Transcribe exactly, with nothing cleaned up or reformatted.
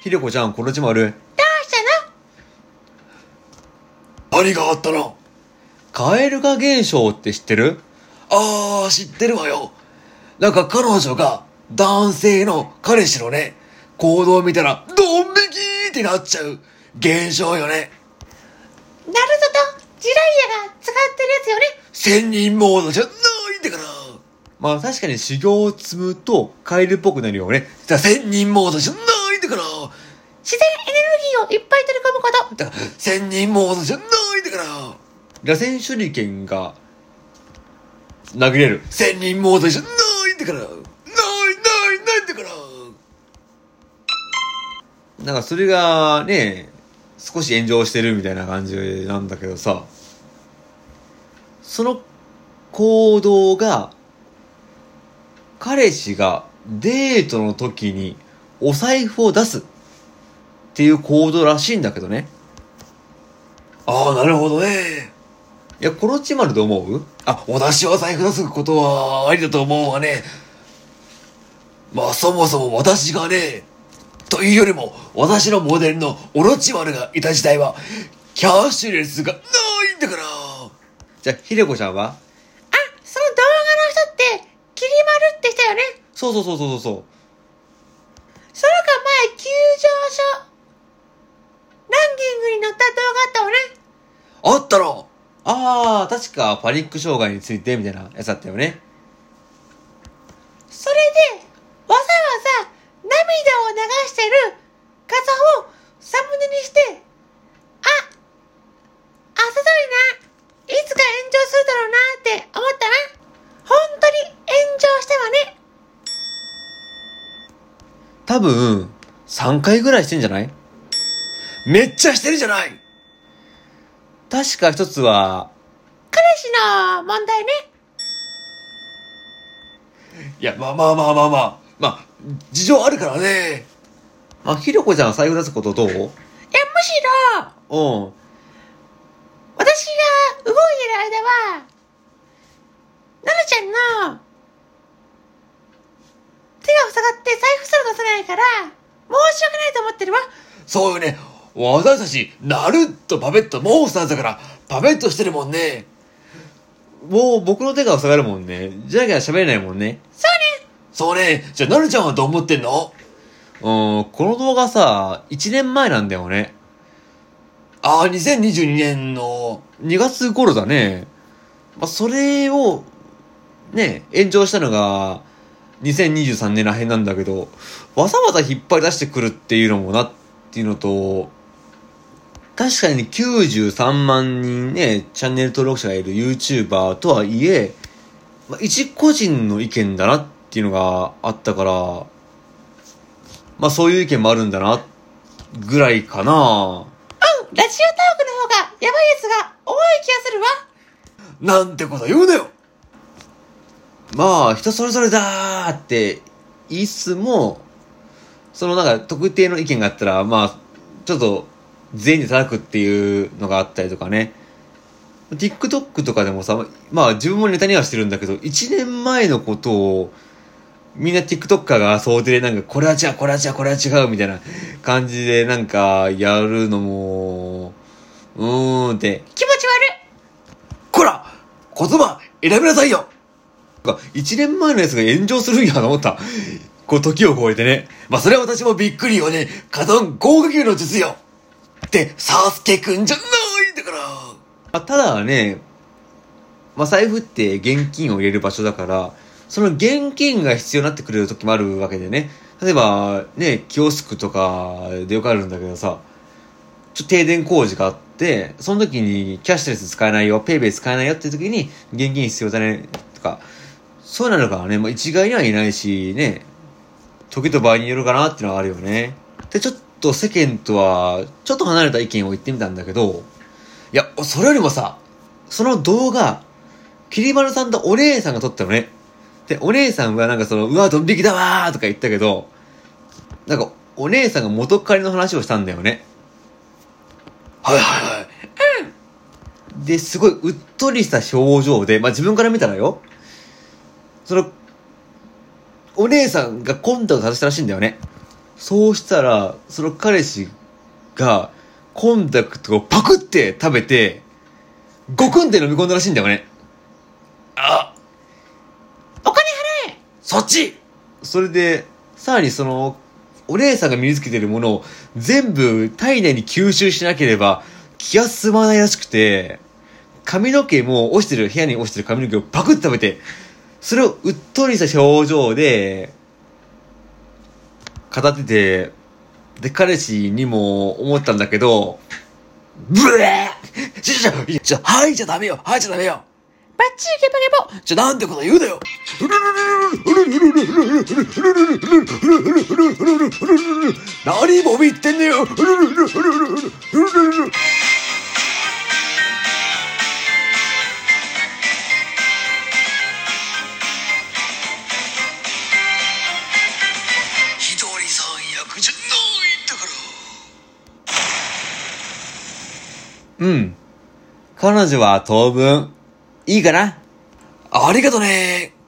ひでこちゃん、コロチマル。 どうしたの？何があったの？ 蛙化現象って知ってる？ あー、知ってるわよ。なんか彼女が男性の彼氏のね、行動を見たらドン引きーってなっちゃう現象よね。 ナルトとジライアが使ってるやつよね。 千人モードじゃないんだから。 まあ確かに修行を積むとカエルっぽくなるよね。 じゃあ千人モードじゃないんだから。 自然エネルギーをいっぱい取り込むこと。 だから千人モードじゃないんだから。 螺旋手裏剣が殴れる。 千人モードじゃないんだから。ないないないんだから。 なんかそれがね、少し炎上してるみたいな感じなんだけどさ、その行動が彼氏がデートの時にお財布を出すっていう行動らしいんだけどね。 ああ、なるほどね。 いや、コロチマルと思う？ あ、私は財布出すことはありだと思うわね。まあそもそも私がね、というよりも私のモデルのオロチマルがいた時代はキャッシュレスがないんだから。 じゃあ、ひでこちゃんは？ あ、その動画の人ってキリマルって人よね。 そうそうそうそうそう。 そのか前急上昇ランキングに載った動画あったわね。 あったろ。 ああ、確かパニック障害についてみたいなやつだったよね。 それでわざわざ涙を流してる画像をサムネにして、あ、あざといな、いつか炎上するだろうなって思ったな。本当に炎上したわね。 多分さんかいぐらいしてんじゃない？ めっちゃしてるじゃない。 確か一つは彼氏の問題ね。 いや、まあまあまあまあまあ。まあ、事情あるからね。 あ、ひでこちゃんは財布出すことどう？ いや、むしろうん。 私が動いてる間はなるちゃんの手が塞がって財布すら出せないから申し訳ないと思ってるわ。 そうよね。私たち、ナルットパペットモンスターズだから、パペットしてるもんね。 もう僕の手が塞がるもんね。じゃなきゃ喋れないもんね。 そうね。じゃあ、ナルちゃんはどう思ってんの？ うん、この動画さ、いちねんまえなんだよね。 ああ、にせんにじゅうにねんのにがつ頃だね。まあ、それを、ね、炎上したのが、にせんにじゅうさんねんらへんなんだけど、わざわざ引っ張り出してくるっていうのもなっていうのと、確かにきゅうじゅうさんまんにんね、チャンネル登録者がいる YouTuber とはいえ、まあ、一個人の意見だなっていうのがあったから、まあそういう意見もあるんだな、ぐらいかな。 うん、ラジオトークの方がやばいやつが多い気がするわ。 なんてこと言うなよ。 まあ人それぞれだーって言いつつも、そのなんか特定の意見があったら、まあちょっと全員で叩くっていうのがあったりとかね。TikTok とかでもさ、まあ自分もネタにはしてるんだけど、いちねんまえのことをみんな TikToker が想定でなんかこれは違う、これは違う、これは違うみたいな感じでなんかやるのも、うーんって気持ち悪い。 こら、言葉選びなさいよ。 いちねんまえのやつが炎上するんやと思った。こう時を超えてね。 まあそれは私もびっくりよね。カドン合格の術よ。ってサスケくんじゃないんだから。 まあ、ただね、まあ、財布って現金を入れる場所だから、その現金が必要になってくれる時もあるわけでね。例えば、ね、キオスクとかでよくあるんだけどさ、ちょっと停電工事があって、その時にキャッシュレス使えないよ、ペイペイ使えないよっていう時に現金必要だね、とか、そうなのからね、まあ、一概にはいないし、ね、時と場合によるかなっていうのはあるよね。で、ちょっと世間とは、ちょっと離れた意見を言ってみたんだけど、いや、それよりもさ、その動画、きりまるさんとお姉さんが撮ったのね。で、お姉さんはなんかその、うわ、ドン引きだわーとか言ったけど、なんか、お姉さんが元彼の話をしたんだよね。 はいはいはい。 うん。 で、すごいうっとりした表情で、まあ、自分から見たらよ、その、お姉さんがコンタクト外したらしいんだよね。 そうしたら、その彼氏が、コンタクトをパクって食べて、ゴクンって飲み込んだらしいんだよね。 あ、 お金払え。 そっち。 それで、さらにその、お姉さんが身につけてるものを全部体内に吸収しなければ気が済まないらしくて、髪の毛も落ちてる、部屋に落ちてる髪の毛をパクッと食べて、それをうっとりした表情で、語ってて、で、彼氏にも思ったんだけど、 ブエーちょちょちょ、ちょ、吐いちゃダメよ、吐いちゃダメよ。 バッチリゲボゲボ。 ちょ、なんてこと言うなよ。何もみってんのよ。ひとりさん役じゃないんだから。 うん。彼女は当分、いいかな？ ありがとね。